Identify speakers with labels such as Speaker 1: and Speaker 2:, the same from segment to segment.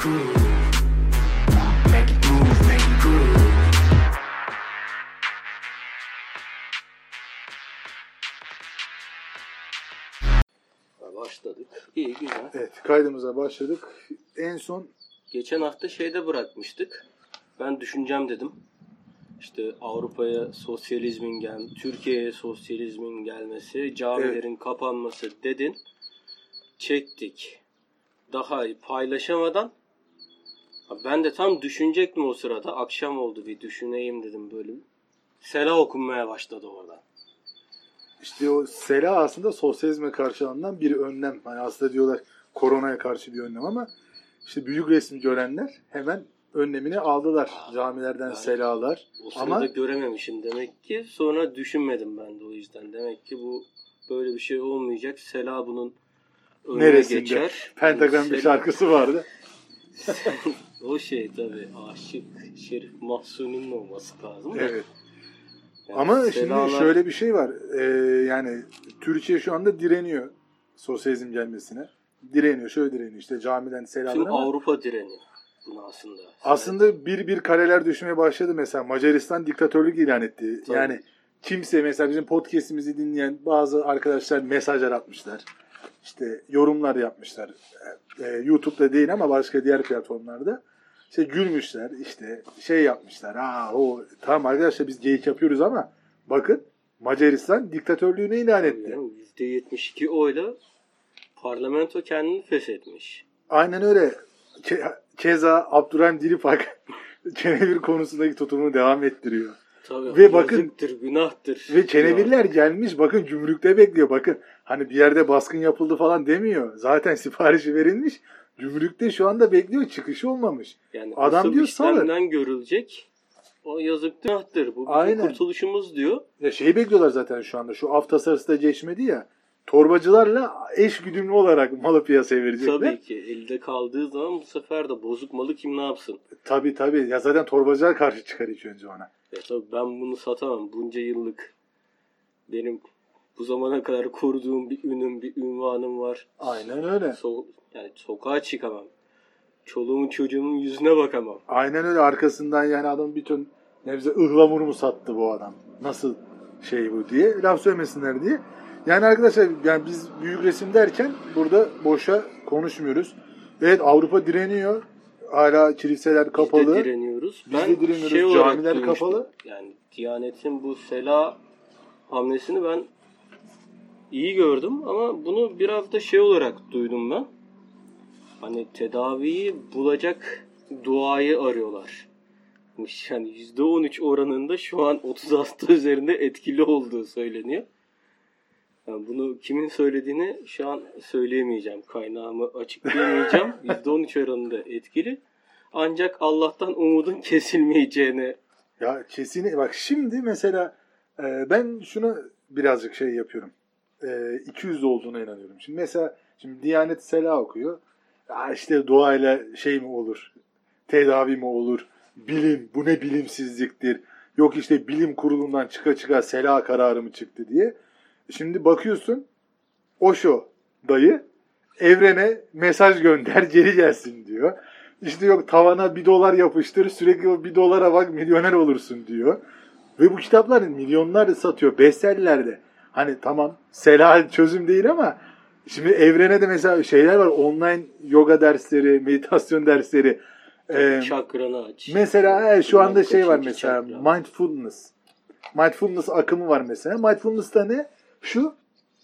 Speaker 1: groove. Make it move, make it groove.
Speaker 2: Başladık. İyi, güzel.
Speaker 3: Evet, kaydımıza başladık. En son
Speaker 2: geçen hafta şeyde bırakmıştık. Ben düşüneceğim dedim. İşte Avrupa'ya sosyalizmin Türkiye'ye sosyalizmin gelmesi, camilerin kapanması dedin. Çektik. Daha paylaşamadan ben de tam düşünecektim o sırada. Akşam oldu, bir düşüneyim dedim böyle. Sela okunmaya başladı orada.
Speaker 3: İşte o sela aslında sosyalizme karşı alınan bir önlem. Hani aslında diyorlar koronaya karşı bir önlem ama işte büyük resmi görenler hemen önlemini aldılar. Camilerden selalar.
Speaker 2: O sırada görememişim demek ki. Sonra düşünmedim ben de o yüzden. Demek ki bu böyle bir şey olmayacak. Sela bunun önüne
Speaker 3: neresinde?
Speaker 2: Geçer.
Speaker 3: Pentagon bir şarkısı vardı.
Speaker 2: O şey tabii. Aşık Şerif Mahsuni'nin olması lazım.
Speaker 3: Evet.
Speaker 2: Yani
Speaker 3: ama
Speaker 2: selalar...
Speaker 3: şimdi şöyle bir şey var. Yani Türkiye şu anda direniyor sosyalizm gelmesine. Direniyor. Şöyle direniyor. İşte camiden selalar
Speaker 2: Tüm
Speaker 3: ama
Speaker 2: Avrupa direniyor buna aslında.
Speaker 3: Aslında bir kareler düşmeye başladı mesela. Macaristan diktatörlük ilan etti.
Speaker 2: Tabii.
Speaker 3: Yani kimse mesela bizim podcast'imizi dinleyen bazı arkadaşlar mesajlar atmışlar. İşte yorumlar yapmışlar. YouTube'da değil ama başka diğer platformlarda. İşte gülmüşler. İşte şey yapmışlar. Tamam arkadaşlar biz geyik yapıyoruz ama bakın Macaristan diktatörlüğünü ilan etti.
Speaker 2: Yani %72 oyla parlamento kendini feshetmiş.
Speaker 3: Aynen öyle. Keza Abdurrahim Dilipak kenevir konusundaki tutumunu devam ettiriyor.
Speaker 2: Tabii,
Speaker 3: ve bakın
Speaker 2: yazıktır, günahtır.
Speaker 3: Ve kenevirler gelmiş, bakın gümrükte bekliyor. Bakın hani bir yerde baskın yapıldı falan demiyor. Zaten siparişi verilmiş. Gümrükte şu anda bekliyor. Çıkışı olmamış.
Speaker 2: Yani
Speaker 3: adam diyor salın.
Speaker 2: işlemden görülecek. O yazıktır, günahtır. Bu bizim kurtuluşumuz diyor.
Speaker 3: Ya şeyi bekliyorlar zaten şu anda. Şu af tasarısı da geçmedi ya. Torbacılarla eş güdümlü olarak malı piyasaya verecekler.
Speaker 2: Tabii ki. Elde kaldığı zaman bu sefer de bozuk malı kim ne yapsın?
Speaker 3: Tabii. Ya zaten torbacılar karşı çıkar ilk önce ona.
Speaker 2: Ya tabii ben bunu satamam. Bunca yıllık benim bu zamana kadar koruduğum bir ünüm, bir ünvanım var.
Speaker 3: Aynen öyle.
Speaker 2: Yani sokağa çıkamam. Çoluğumun çocuğumun yüzüne bakamam.
Speaker 3: Aynen öyle. Arkasından yani adam bir ton nebze ıhlamur mu sattı bu adam? Nasıl şey bu diye. Laf söylemesinler diye. Yani arkadaşlar yani biz büyük resim derken burada boşa konuşmuyoruz. Evet Avrupa direniyor. Hala kiliseler kapalı.
Speaker 2: Biz de direniyoruz.
Speaker 3: Biz de direniyoruz. Camiler kapalı.
Speaker 2: Yani Diyanet'in bu sela hamlesini ben iyi gördüm ama bunu biraz da şey olarak duydum ben. Hani tedaviyi bulacak duayı arıyorlar. Yani %13 oranında şu an 30 hasta üzerinde etkili olduğu söyleniyor. Yani bunu kimin söylediğini şu an söyleyemeyeceğim. Kaynağımı açıklayamayacağım. %13 oranında etkili. Ancak Allah'tan umudun kesilmeyeceğine.
Speaker 3: Ya kesin. Bak şimdi mesela ben şuna birazcık şey yapıyorum. 200 olduğuna inanıyorum. Şimdi mesela Diyanet Sela okuyor. Ya işte duayla şey mi olur? Tedavi mi olur? Bilim. Bu ne bilimsizliktir? Yok işte bilim kurulundan çıka Sela kararı mı çıktı diye. Şimdi bakıyorsun Osho dayı evrene mesaj gönder geri gelsin diyor. İşte yok tavana $1 yapıştır sürekli o $1 bak milyoner olursun diyor. Ve bu kitaplar milyonlar satıyor bestsellerlerde. Hani tamam sela çözüm değil ama şimdi evrene de mesela şeyler var online yoga dersleri, meditasyon dersleri.
Speaker 2: Çakranı aç.
Speaker 3: Mesela şu anda şey var mesela mindfulness. Mindfulness akımı var mesela. Mindfulness'ta ne? Şu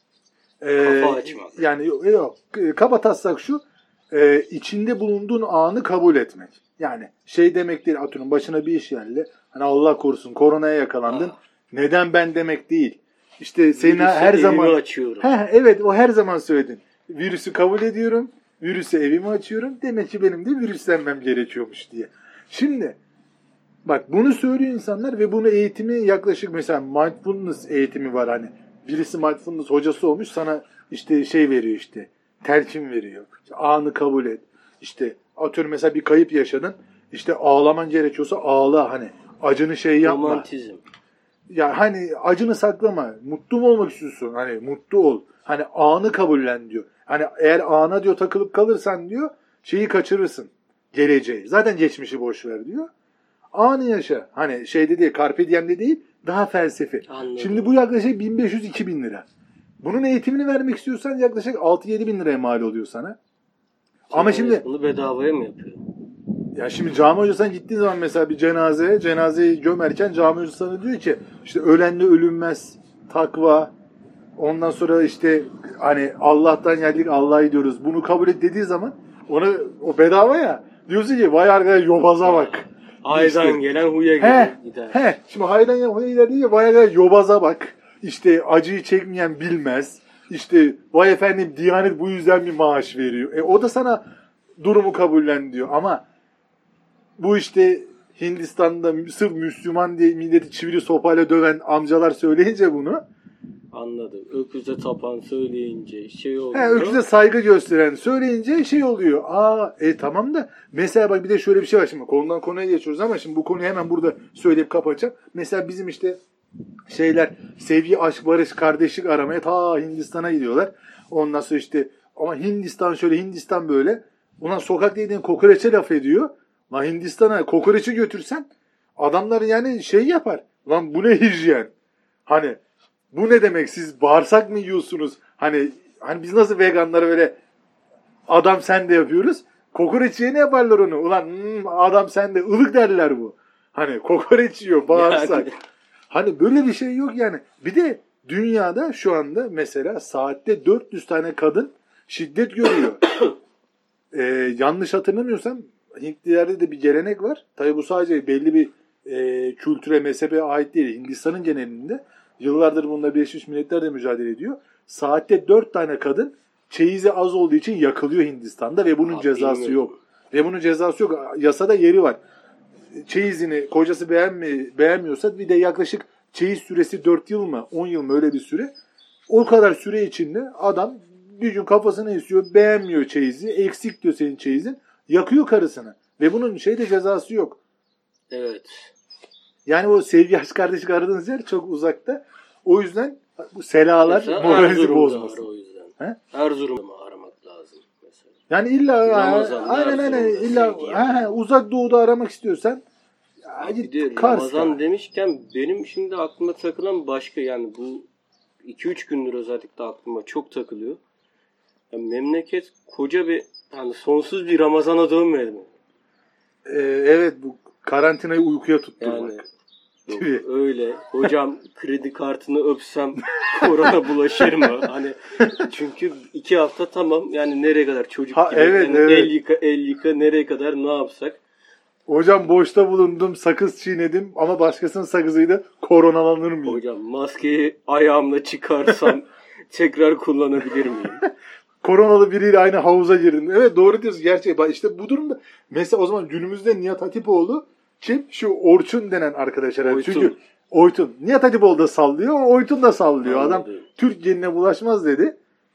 Speaker 2: kafa açmak.
Speaker 3: Yani yok kabataslak şu içinde bulunduğun anı kabul etmek. Yani şey demek değil atıyorum başına bir iş geldi. Hani Allah korusun koronaya yakalandın. Neden ben demek değil. İşte senin her zaman
Speaker 2: açıyorum.
Speaker 3: Evet o her zaman söyledin. Virüsü kabul ediyorum. Virüse evimi açıyorum. Demek ki benim de virüslenmem gerekiyormuş diye. Şimdi bak bunu söylüyor insanlar ve bunu eğitimi yaklaşık mesela mindfulness eğitimi var hani. Birisi mindfulness hocası olmuş sana işte şey veriyor işte. Telkin veriyor. İşte anı kabul et. İşte atıyorum mesela bir kayıp yaşadın. İşte ağlaman gerekiyorsa ağla hani. Acını şey yapma.
Speaker 2: Romantizm.
Speaker 3: Ya hani acını saklama. Mutlu mu olmak istiyorsun? Hani mutlu ol. Hani anı kabullen diyor. Hani eğer ana diyor takılıp kalırsan diyor şeyi kaçırırsın. geleceği. Zaten geçmişi boş ver diyor. Anı yaşa. Hani şeyde değil, Carpe Diem'de değil, daha felsefi.
Speaker 2: Anladım.
Speaker 3: Şimdi bu yaklaşık 1500-2000 lira. Bunun eğitimini vermek istiyorsan yaklaşık 6-7 bin liraya mal oluyor sana. Ama şimdi
Speaker 2: bunu bedavaya mı yapıyor?
Speaker 3: ya şimdi cami hocasına gittiğin zaman mesela bir cenazeyi gömerken cami hocası sana diyor ki işte ölenle ölünmez, takva, ondan sonra işte hani Allah'tan geldik Allah'a gidiyoruz. Bunu kabul et dediği zaman ona o bedava ya. Diyorsun ki vay arkadaş yobaza bak.
Speaker 2: Aydan
Speaker 3: İşte,
Speaker 2: gelen huya gider.
Speaker 3: Şimdi haydan gelen huya gider diye vay arkadaş yobaza bak. İşte acıyı çekmeyen bilmez. İşte vay efendim Diyanet bu yüzden bir maaş veriyor. O da sana durumu kabullen diyor. Ama bu işte Hindistan'da sırf Müslüman diye milleti çivili sopayla döven amcalar söyleyince bunu.
Speaker 2: Anladım. Öküze tapan söyleyince şey oluyor.
Speaker 3: Öküze saygı gösteren söyleyince şey oluyor. Tamam da mesela bak bir de şöyle bir şey var şimdi. Konudan konuya geçiyoruz ama şimdi bu konuyu hemen burada söyleyip kapatacağım. Mesela bizim işte sevgi, aşk, barış, kardeşlik aramaya ta Hindistan'a gidiyorlar. Ondan sonra işte ama Hindistan şöyle Hindistan böyle. Ulan sokakta yediğin kokoreçe laf ediyor. Lan Hindistan'a kokoreçi götürsen adamlar yani şey yapar. Lan bu ne hijyen? Hani bu ne demek? Siz bağırsak mı yiyorsunuz? Hani biz nasıl veganlara böyle adam sen de yapıyoruz. Kokoreç ne yaparlar onu? Ulan adam sen de ılık derler bu. Hani kokoreç yiyor bağırsak. Yani. Hani böyle bir şey yok yani. Bir de dünyada şu anda mesela saatte 400 tane kadın şiddet görüyor. Yanlış hatırlamıyorsam Hintlilerde de bir gelenek var. Tabii bu sadece belli bir kültüre, mezhebe ait değil. Hindistan'ın genelinde yıllardır bununla Birleşmiş Milletler de mücadele ediyor. Saatte 4 tane kadın çeyizi az olduğu için yakılıyor Hindistan'da ve bunun cezası yok. Yasada yeri var. Çeyizini kocası beğenmiyorsa bir de yaklaşık çeyiz süresi 4 yıl mı 10 yıl mı öyle bir süre. O kadar süre içinde adam bir gün kafasını esiyor, beğenmiyor çeyizi, eksik diyor senin çeyizin, yakıyor karısını. Ve bunun cezası yok. Evet. Yani o sevgi, aşk, kardeşlik aradığınız yer çok uzakta. O yüzden bu selalar moralinizi bozmasın. O yüzden.
Speaker 2: Erzurum'u aramak lazım mesela.
Speaker 3: Yani illa aynen uzak doğuda aramak istiyorsan
Speaker 2: git Kars'ta. Ramazan demişken benim şimdi aklıma takılan başka yani bu 2-3 gündür özellikle aklıma çok takılıyor. Yani memleket koca bir yani sonsuz bir Ramazan'a dönmedi mi?
Speaker 3: Evet bu karantinayı uykuya tutturmak.
Speaker 2: Yani yok, öyle. Hocam kredi kartını öpsem korona bulaşır mı? Hani çünkü 2 hafta tamam yani nereye kadar çocuk gibi
Speaker 3: evet,
Speaker 2: yani
Speaker 3: evet.
Speaker 2: El yıka nereye kadar ne yapsak?
Speaker 3: Hocam boşta bulundum, sakız çiğnedim ama başkasının sakızıyla koronalanır mıyım?
Speaker 2: Hocam maskeyi ayağımla çıkarsam tekrar kullanabilir miyim?
Speaker 3: Koronalı biriyle aynı havuza girdim. Evet doğru diyorsun gerçekten. İşte bu durumda mesela o zaman günümüzde Nihat Hatipoğlu kim? Şu Orçun denen arkadaşlar.
Speaker 2: Oytun.
Speaker 3: Çünkü Oytun. Nihat Hatipoğlu da sallıyor, Oytun da sallıyor. Adam Türk geline bulaşmaz dedi.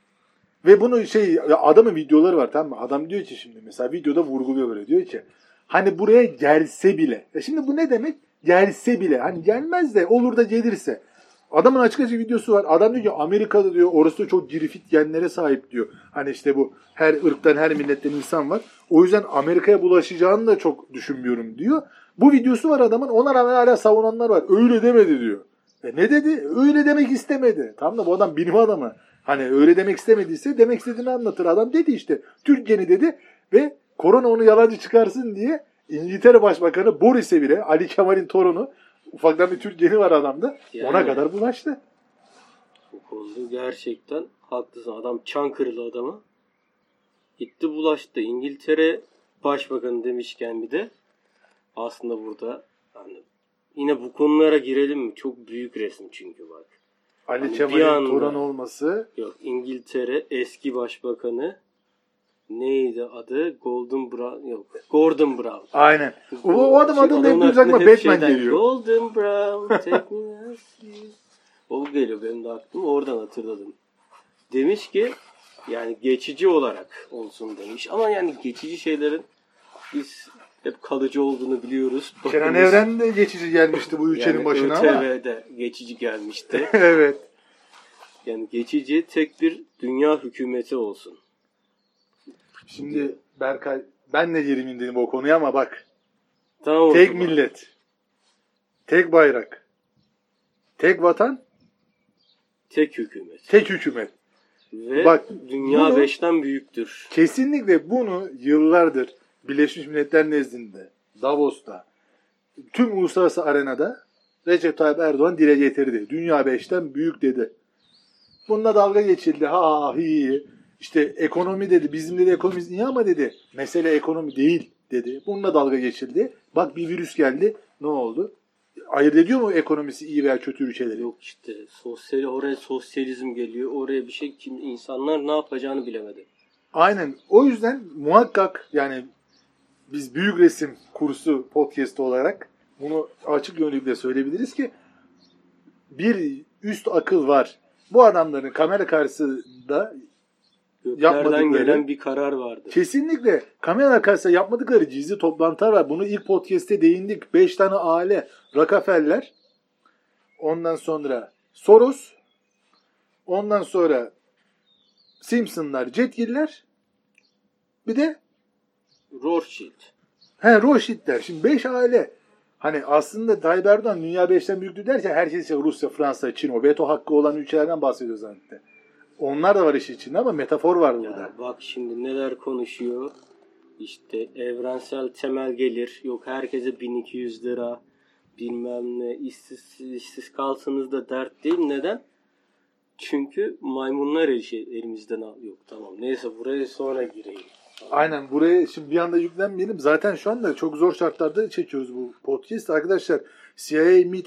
Speaker 3: Ve bunu adamın videoları var tamam mı? Adam diyor ki şimdi mesela videoda vurguluyor böyle diyor ki hani buraya gelse bile. Şimdi bu ne demek? Gelse bile. Hani gelmez de olur da gelirse. Adamın açık videosu var. Adam diyor ki Amerika'da diyor orası da çok girifit genlere sahip diyor. Hani işte bu her ırktan her milletten insan var. O yüzden Amerika'ya bulaşacağını da çok düşünmüyorum diyor. Bu videosu var adamın. Ona rağmen hala savunanlar var. Öyle demedi diyor. Ne dedi? Öyle demek istemedi. Tamam da bu adam bilim adamı. Hani öyle demek istemediyse demek istediğini anlatır. Adam dedi işte. Türk geni dedi ve korona onu yalancı çıkarsın diye İngiltere Başbakanı Boris'e bile Ali Kemal'in torunu ufaktan bir Türk geni var adamda. Yani, ona kadar bulaştı.
Speaker 2: Bu konuda gerçekten haklısın. Adam Çankırılı adama gitti bulaştı. İngiltere Başbakanı demişken bir de aslında burada yani yine bu konulara girelim mi? Çok büyük resim çünkü bak.
Speaker 3: Ali yani Kemal'in torunu olması.
Speaker 2: Yok İngiltere eski başbakanı neydi adı? Gordon Brown.
Speaker 3: Aynen. O adam adını hep duyacak ama Batman geliyor.
Speaker 2: Golden Brown. Take me as you. O geliyor benim de aklıma. Oradan hatırladım. Demiş ki yani geçici olarak olsun demiş. Ama yani geçici şeylerin biz hep kalıcı olduğunu biliyoruz.
Speaker 3: Kenan Evren de geçici gelmişti bu ülkenin yani başına ama.
Speaker 2: ÖTV'de geçici gelmişti.
Speaker 3: Evet.
Speaker 2: Yani geçici tek bir dünya hükümeti olsun.
Speaker 3: Şimdi Berkay Ben de girmeyeyim dedim o konuya ama bak.
Speaker 2: Tamam.
Speaker 3: Tek millet. Tek bayrak. Tek vatan.
Speaker 2: Tek hükümet.
Speaker 3: Tek hükümet.
Speaker 2: Ve
Speaker 3: Bak,
Speaker 2: dünya
Speaker 3: bunu-
Speaker 2: 5'ten büyüktür.
Speaker 3: Kesinlikle bunu yıllardır Birleşmiş Milletler nezdinde, Davos'ta, tüm uluslararası arenada Recep Tayyip Erdoğan dile getirdi. Dünya 5'ten büyük dedi. Bununla dalga geçildi. Ha hi. İşte ekonomi dedi. Bizim dedi ekonomimiz iyi ama dedi. Mesele ekonomi değil dedi. Bununla dalga geçildi. Bak bir virüs geldi. Ne oldu? Ayırt ediyor mu ekonomisi iyi veya kötü ülkeleri?
Speaker 2: Yok işte oraya sosyalizm geliyor. Oraya bir şey insanlar ne yapacağını bilemedi.
Speaker 3: Aynen. O yüzden muhakkak yani biz büyük resim kursu podcast olarak bunu açık gönüllükle söyleyebiliriz ki bir üst akıl var. Bu adamların kamera karşısında
Speaker 2: Göklerden
Speaker 3: yapmadıkları-
Speaker 2: gelen bir karar vardı.
Speaker 3: kesinlikle kamera karşısında yapmadıkları gizli toplantılar var. Bunu ilk podcast'te değindik. 5 tane aile. Rockefeller, ondan sonra Soros, ondan sonra Simpsonlar, Jetgiller, bir de
Speaker 2: Rothschild.
Speaker 3: Rothschild'ler. Şimdi 5 aile. Hani aslında Tayyip Erdoğan dünya 5'ten büyüktü derken herkes işte Rusya, Fransa, Çin, o veto hakkı olan ülkelerden bahsediyor zaten. Onlar da var işin içinde ama metafor var burada.
Speaker 2: Ya bak şimdi neler konuşuyor. İşte evrensel temel gelir. Yok herkese 1200 lira. Bilmem ne. İşsiz kalsanız da dert değil. Neden? Çünkü maymunlar elimizden al. Yok tamam. Neyse buraya sonra gireyim.
Speaker 3: Aynen, buraya şimdi bir anda yüklenmeyelim. Zaten şu anda çok zor şartlarda çekiyoruz bu podcast. Arkadaşlar CIA, MIT,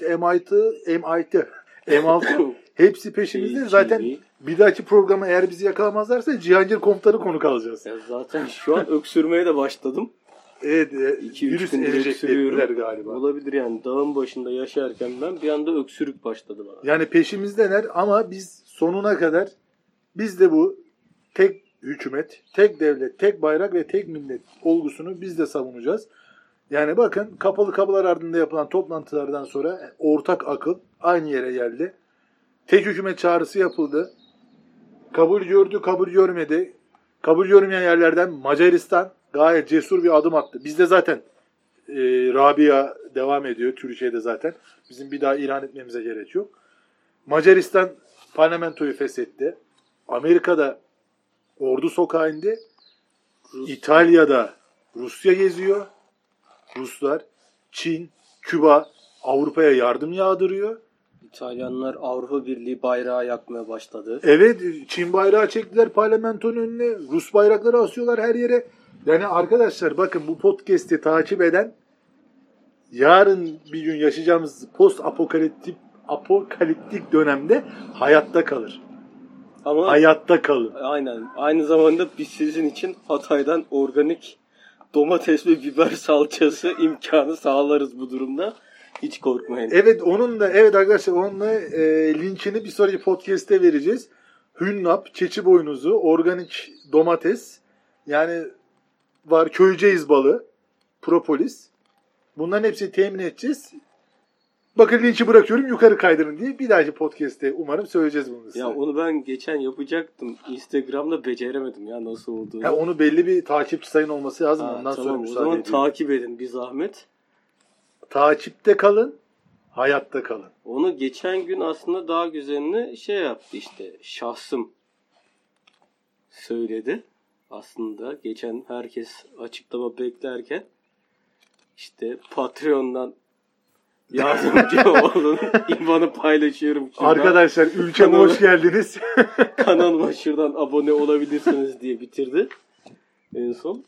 Speaker 3: M6 hepsi peşimizde. Zaten bir dahaki programa eğer bizi yakalamazlarsa Cihangir Komutanı konuk alacağız.
Speaker 2: Ya zaten şu an öksürmeye de başladım.
Speaker 3: Evet,
Speaker 2: 2-3
Speaker 3: virüs
Speaker 2: gündür
Speaker 3: enjektlediler
Speaker 2: öksürüyorum.
Speaker 3: galiba.
Speaker 2: Olabilir yani dağın başında yaşarken ben bir anda öksürük başladı bana.
Speaker 3: Yani peşimizdeler ama biz sonuna kadar biz de bu tek hükümet, tek devlet, tek bayrak ve tek millet olgusunu biz de savunacağız. Yani bakın kapalı kapılar ardında yapılan toplantılardan sonra ortak akıl aynı yere geldi. Tek hükümet çağrısı yapıldı. Kabul gördü, kabul görmedi. Kabul görmeyen yerlerden Macaristan gayet cesur bir adım attı. Bizde zaten Rabia devam ediyor. Türkiye'de zaten. Bizim bir daha ilan etmemize gerek yok. Macaristan parlamentoyu feshetti. Amerika'da ordu sokağa indi. İtalya'da Rusya geziyor. Ruslar, Çin, Küba Avrupa'ya yardım yağdırıyor.
Speaker 2: İtalyanlar Avrupa Birliği bayrağı yakmaya başladı.
Speaker 3: Evet, Çin bayrağı çektiler parlamentonun önüne. Rus bayrakları asıyorlar her yere. Yani arkadaşlar bakın bu podcast'i takip eden yarın bir gün yaşayacağımız post apokaliptik dönemde hayatta kalır.
Speaker 2: Ama
Speaker 3: Hayatta kalın.
Speaker 2: aynen. Aynı zamanda biz sizin için Hatay'dan organik domates ve biber salçası imkanı sağlarız bu durumda. Hiç korkmayın.
Speaker 3: Evet, evet arkadaşlar onunla linkini bir sonraki podcast'te vereceğiz. Hünnap, keçi boynuzu, organik domates, yani var köyceğiz balı, propolis. Bunların hepsini temin edeceğiz. Bakın linki bırakıyorum, yukarı kaydırın diye bir dahaki podcast'te umarım söyleyeceğiz bunu size.
Speaker 2: Ya onu ben geçen yapacaktım. Instagram'da beceremedim ya nasıl olduğunu.
Speaker 3: Onu belli bir takipçi sayın olması lazım. Ondan sonra
Speaker 2: tamam, o
Speaker 3: müsaade
Speaker 2: zaman
Speaker 3: ediyorum.
Speaker 2: takip edin bir zahmet.
Speaker 3: Takipte kalın, hayatta kalın.
Speaker 2: Onu geçen gün aslında daha güzelini yaptı işte. Şahsım söyledi. Aslında geçen herkes açıklama beklerken işte Patreon'dan yardımcı olun. İban'ı paylaşıyorum. Şuradan.
Speaker 3: Arkadaşlar ülkeme hoş geldiniz.
Speaker 2: Kanalıma şuradan abone olabilirsiniz diye bitirdi. En son.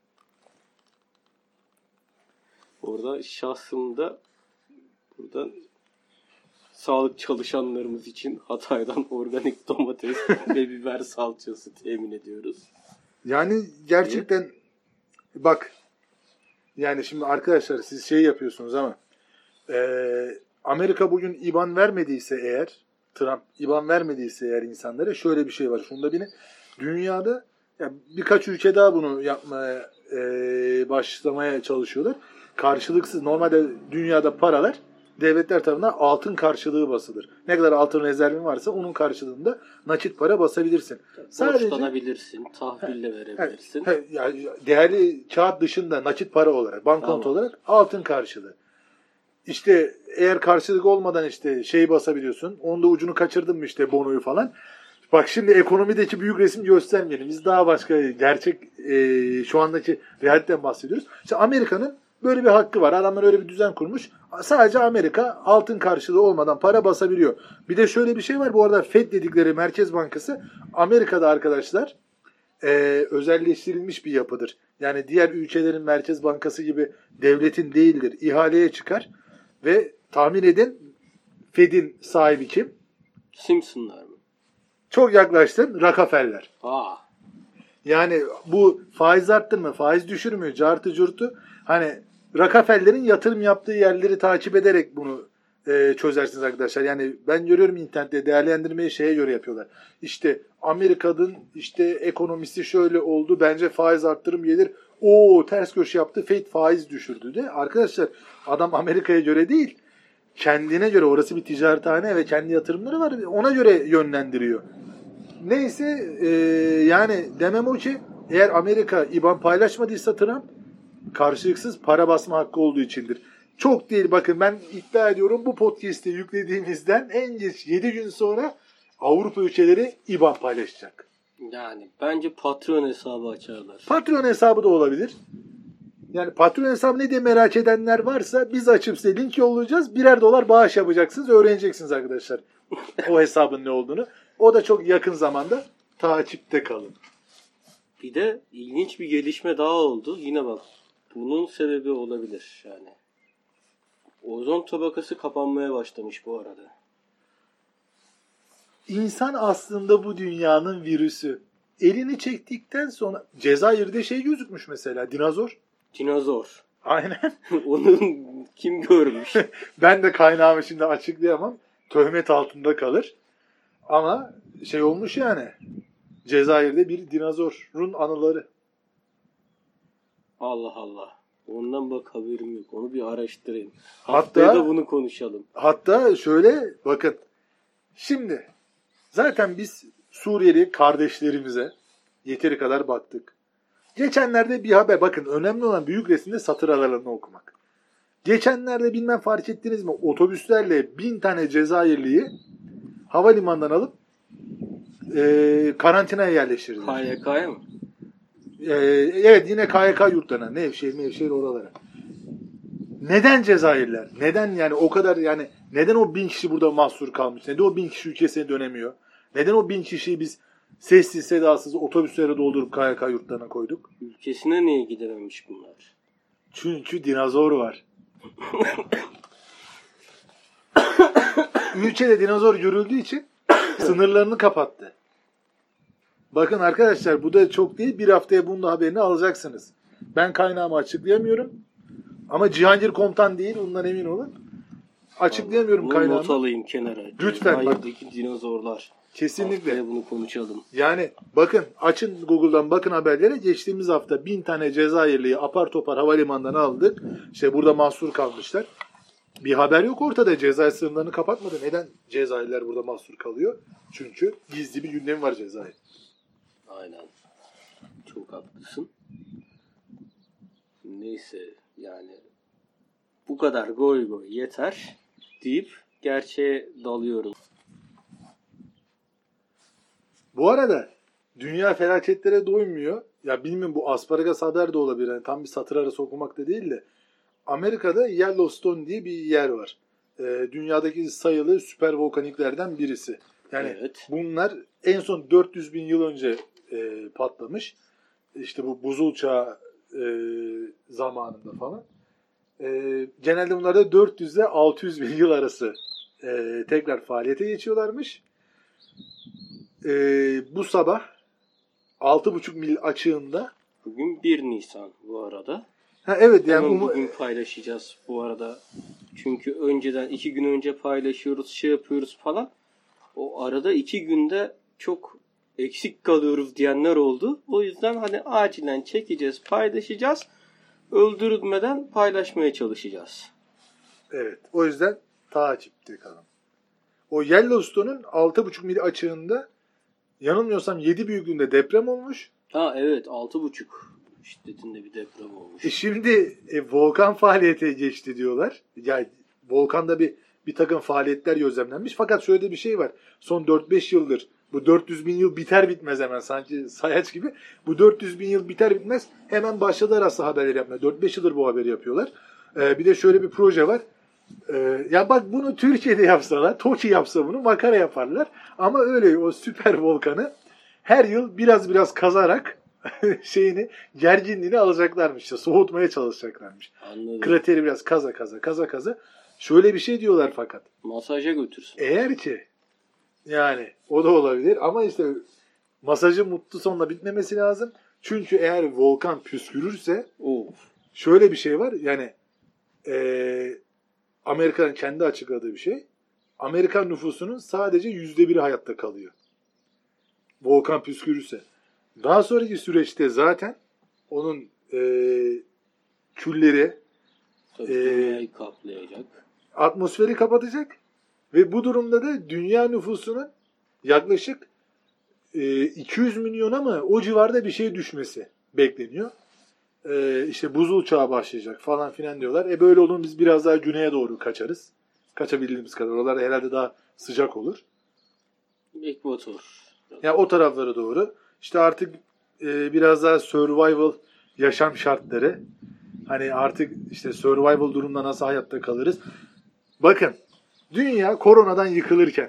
Speaker 2: Orada şahsımda buradan sağlık çalışanlarımız için Hatay'dan organik domates ve biber salçası temin ediyoruz.
Speaker 3: Yani gerçekten bak, yani şimdi arkadaşlar siz yapıyorsunuz ama Amerika bugün IBAN vermediyse eğer, Trump IBAN vermediyse eğer insanlara, şöyle bir şey var. Şunda dünyada birkaç ülke daha bunu yapmaya başlamaya çalışıyorlar. Karşılıksız, normalde dünyada paralar devletler tarafından altın karşılığı basılır. Ne kadar altın rezervin varsa onun karşılığında nakit para basabilirsin.
Speaker 2: Borçlanabilirsin, tahville verebilirsin.
Speaker 3: Yani değerli kağıt dışında nakit para olarak, banknot olarak altın karşılığı. İşte eğer karşılık olmadan işte şeyi basabiliyorsun. Onda ucunu kaçırdın mı işte bonoyu falan. Bak şimdi ekonomideki büyük resim göstermeyelim. Biz daha başka gerçek şu andaki realitten bahsediyoruz. İşte Amerika'nın böyle bir hakkı var. Adamlar öyle bir düzen kurmuş. Sadece Amerika altın karşılığı olmadan para basabiliyor. Bir de şöyle bir şey var. Bu arada Fed dedikleri Merkez Bankası Amerika'da arkadaşlar özelleştirilmiş bir yapıdır. Yani diğer ülkelerin Merkez Bankası gibi devletin değildir. İhaleye çıkar ve tahmin edin Fed'in sahibi kim?
Speaker 2: Simpsonlar mı?
Speaker 3: Çok yaklaştın. Rockefeller. Yani bu faiz arttırma, faiz düşürmüyor, cartı curtu. Hani Rockefeller'in yatırım yaptığı yerleri takip ederek bunu çözersiniz arkadaşlar. Yani ben görüyorum internette değerlendirmeyi şeye göre yapıyorlar. İşte Amerika'nın işte ekonomisi şöyle oldu. Bence faiz arttırım gelir. O ters köşe yaptı. Fed faiz düşürdü de. Arkadaşlar adam Amerika'ya göre değil. Kendine göre, orası bir ticarethane ve kendi yatırımları var. Ona göre yönlendiriyor. Neyse yani demem o ki eğer Amerika IBAN paylaşmadıysa Trump karşılıksız para basma hakkı olduğu içindir. Çok değil, bakın ben iddia ediyorum bu podcast'i yüklediğimizden en geç 7 gün sonra Avrupa ülkeleri IBAN paylaşacak.
Speaker 2: Yani bence patron hesabı açarlar.
Speaker 3: Patron hesabı da olabilir. Yani patron hesabı ne diye merak edenler varsa biz açıp size link yollayacağız. $1 bağış yapacaksınız. Öğreneceksiniz arkadaşlar o hesabın ne olduğunu. O da çok yakın zamanda, takipte kalın.
Speaker 2: Bir de ilginç bir gelişme daha oldu. Yine bak bunun sebebi olabilir yani. Ozon tabakası kapanmaya başlamış bu arada.
Speaker 3: İnsan aslında bu dünyanın virüsü. Elini çektikten sonra Cezayir'de şey gözükmüş mesela, dinozor.
Speaker 2: Dinozor.
Speaker 3: Aynen.
Speaker 2: Onu kim görmüş?
Speaker 3: Ben de kaynağımı şimdi açıklayamam. Töhmet altında kalır. Ama şey olmuş yani. Cezayir'de bir dinozorun anıları.
Speaker 2: Allah Allah. Ondan bak haberim yok. Onu bir araştırayım.
Speaker 3: Hatta
Speaker 2: Haftaya da bunu konuşalım.
Speaker 3: Hatta şöyle bakın. Şimdi zaten biz Suriyeli kardeşlerimize yeteri kadar baktık. Geçenlerde bir haber, bakın önemli olan büyük resimde satır aralarını okumak. Geçenlerde bilmem fark ettiniz mi, otobüslerle 1000 tane Cezayirliyi havalimanından alıp karantinaya yerleştirdiler.
Speaker 2: KYK'ya mı?
Speaker 3: Evet, yine KYK yurtlarına, Nevşehir oralara. Neden Cezayirler? Neden yani o kadar, yani neden o 1000 kişi burada mahsur kalmış? Neden o 1000 kişi ülkesine dönemiyor? Neden o 1000 kişiyi biz sessiz sedasız otobüslere doldurup KYK yurtlarına koyduk?
Speaker 2: Ülkesine niye gidememiş bunlar?
Speaker 3: Çünkü dinozor var. Ülkede dinozor görüldüğü için sınırlarını kapattı. Bakın arkadaşlar, bu da çok değil. Bir haftaya bunun haberini alacaksınız. Ben kaynağımı açıklayamıyorum. Ama Cihangir komutan değil, ondan emin olun. Açıklayamıyorum kaynağımı.
Speaker 2: Not alayım kenara.
Speaker 3: Lütfen bak.
Speaker 2: Cezayir'deki dinozorlar.
Speaker 3: Kesinlikle.
Speaker 2: Haftaya bunu konuşalım.
Speaker 3: Yani bakın, açın Google'dan bakın haberlere. Geçtiğimiz hafta 1000 tane Cezayirliyi apar topar havalimanından aldık. İşte burada mahsur kalmışlar. Bir haber yok ortada. Cezayir sınırlarını kapatmadı. Neden Cezayirliler burada mahsur kalıyor? Çünkü gizli bir gündemi var Cezayir.
Speaker 2: Aynen. Çok haklısın. Neyse yani bu kadar goy goy yeter deyip gerçeğe dalıyorum.
Speaker 3: Bu arada dünya felaketlere doymuyor. Ya bilmiyorum, bu asparagas haber de olabilir. Yani tam bir satır arası okumak da değil de. Amerika'da Yellowstone diye bir yer var. Dünyadaki sayılı süper volkaniklerden birisi. Yani
Speaker 2: evet.
Speaker 3: Bunlar en son 400 bin yıl önce patlamış. İşte bu buzul çağı zamanında falan. Genelde bunlar da 400 ile 600 bin yıl arası tekrar faaliyete geçiyorlarmış. Bu sabah 6,5 mil açığında.
Speaker 2: Bugün 1 Nisan bu arada.
Speaker 3: Ha, evet yani
Speaker 2: bugün paylaşacağız bu arada. Çünkü önceden 2 gün önce paylaşıyoruz, şey yapıyoruz falan. O arada 2 günde çok eksik kalıyoruz diyenler oldu. O yüzden hani acilen çekeceğiz, paylaşacağız. Öldürülmeden paylaşmaya çalışacağız.
Speaker 3: Evet. O yüzden takipte kalın. O Yellowstone'un 6,5 mil açığında yanılmıyorsam 7 büyüklüğünde deprem olmuş.
Speaker 2: Ha evet 6,5 şiddetinde bir deprem olmuş.
Speaker 3: Şimdi volkan faaliyete geçti diyorlar. Yani volkanda bir takım faaliyetler gözlemlenmiş. Fakat şöyle de bir şey var. Son 4-5 yıldır bu 400 bin yıl biter bitmez hemen sanki sayaç gibi. Bu 400 bin yıl biter bitmez hemen başladılar aslında haberleri yapmaya. 4-5 yıldır bu haberi yapıyorlar. Bir de şöyle bir proje var. Ya bak bunu Türkiye'de yapsalar, TOKİ yapsa bunu makara yaparlar. Ama öyle o süper volkanı her yıl biraz kazarak gerginliğini alacaklarmış. İşte soğutmaya çalışacaklarmış.
Speaker 2: Anladım.
Speaker 3: Krateri biraz kaza. Şöyle bir şey diyorlar fakat.
Speaker 2: Masaja götürsün.
Speaker 3: Eğer ki yani o da olabilir ama işte masajın mutlu sonla bitmemesi lazım. Çünkü eğer volkan püskürürse şöyle bir şey var. Yani Amerika'nın kendi açıkladığı bir şey. Amerikan nüfusunun sadece %1'i hayatta kalıyor. Volkan püskürürse. Daha sonraki süreçte zaten onun külleri
Speaker 2: Dünyayı kaplayacak.
Speaker 3: atmosferi kapatacak ve bu durumda da dünya nüfusunun yaklaşık 200 milyona mı o civarda bir şey düşmesi bekleniyor. İşte buzul çağı başlayacak falan filan diyorlar. Böyle olur biz biraz daha güneye doğru kaçarız. Kaçabildiğimiz kadar. Oralar herhalde daha sıcak olur.
Speaker 2: Ekvator.
Speaker 3: Yani o taraflara doğru. İşte artık biraz daha survival yaşam şartları. Hani artık işte survival durumda nasıl hayatta kalırız. Bakın dünya koronadan yıkılırken.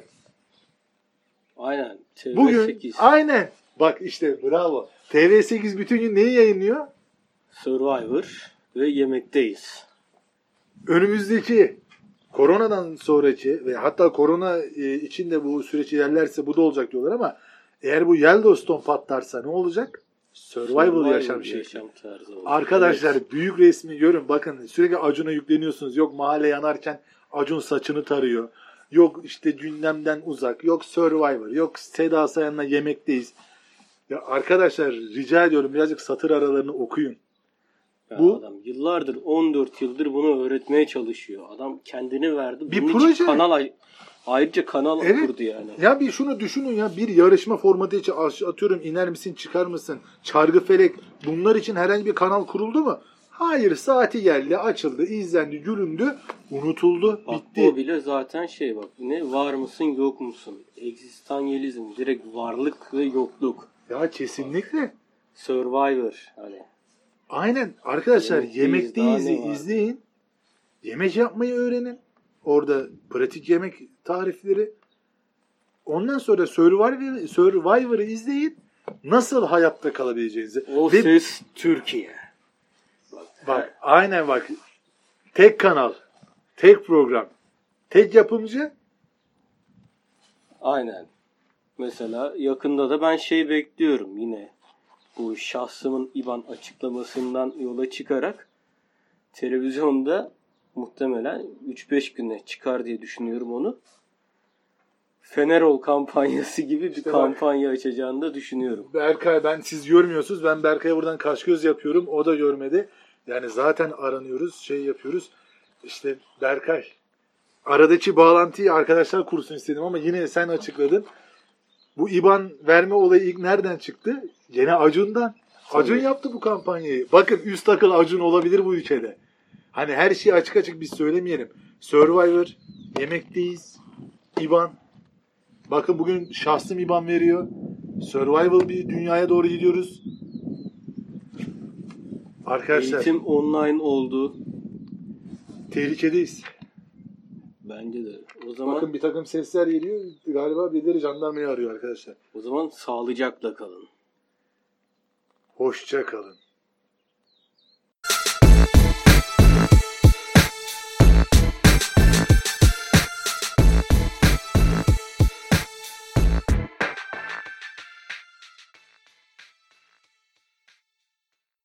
Speaker 2: Aynen. TV8.
Speaker 3: Bugün aynen. Bak işte bravo. TV8 bütün gün neyi yayınlıyor?
Speaker 2: Survivor ve yemekteyiz.
Speaker 3: Önümüzdeki koronadan sonraki ve hatta korona içinde bu süreç ilerlerse bu da olacak diyorlar ama eğer bu Yellowstone patlarsa ne olacak? Survival yaşam
Speaker 2: tarzı olacak.
Speaker 3: Arkadaşlar büyük resmi görün. Bakın sürekli Acun'a yükleniyorsunuz. Yok mahalle yanarken Acun saçını tarıyor. Yok işte gündemden uzak. Yok Survivor. Yok Seda Sayan'la yemekteyiz. Ya arkadaşlar rica ediyorum birazcık satır aralarını okuyun.
Speaker 2: Ya bu adam yıllardır 14 yıldır bunu öğretmeye çalışıyor. Adam kendini verdi.
Speaker 3: Bir
Speaker 2: bunun
Speaker 3: proje.
Speaker 2: için ayrıca kanal kurdu yani.
Speaker 3: Ya bir şunu düşünün ya bir yarışma formatı için atıyorum iner misin çıkar mısın? Çargıfelek bunlar için herhangi bir kanal kuruldu mu? Hayır saati geldi açıldı izlendi gülündü unutuldu bitti.
Speaker 2: O bile zaten bak ne var mısın yok musun? Egzistansiyelizm direkt varlık ve yokluk.
Speaker 3: Ya kesinlikle.
Speaker 2: Survivor hani.
Speaker 3: Aynen arkadaşlar yemekteyiz izleyin. Yemek yapmayı öğrenin. Orada pratik yemek tarifleri. Ondan sonra Survivor'ı izleyin. Nasıl hayatta kalabileceğinizi.
Speaker 2: Ses Türkiye.
Speaker 3: Bak aynen bak. Tek kanal. Tek program. Tek yapımcı.
Speaker 2: Aynen. Mesela yakında da ben bekliyorum yine. Bu şahsımın IBAN açıklamasından yola çıkarak televizyonda muhtemelen 3-5 güne çıkar diye düşünüyorum onu. Fenerol kampanyası gibi bir kampanya açacağını da düşünüyorum.
Speaker 3: Berkay siz görmüyorsunuz. Ben Berkay'a buradan kaş göz yapıyorum. O da görmedi. Yani zaten aranıyoruz. yapıyoruz. İşte Berkay aradaki bağlantıyı arkadaşlar kursun istedim ama yine sen açıkladın. Bu IBAN verme olayı ilk nereden çıktı? Gene Acun'dan. Acun yaptı bu kampanyayı. Bakın üst akıl Acun olabilir bu ülkede. Hani her şeyi açık biz söylemeyelim. Survivor, yemekteyiz, IBAN. Bakın bugün şahsım IBAN veriyor. Survival bir dünyaya doğru gidiyoruz. Arkadaşlar.
Speaker 2: Eğitim online oldu.
Speaker 3: Tehlikedeyiz.
Speaker 2: Bence de. O zaman
Speaker 3: bakın bir takım sesler geliyor. Galiba birileri jandarmayı arıyor arkadaşlar.
Speaker 2: O zaman sağlıcakla kalın.
Speaker 3: Hoşça kalın.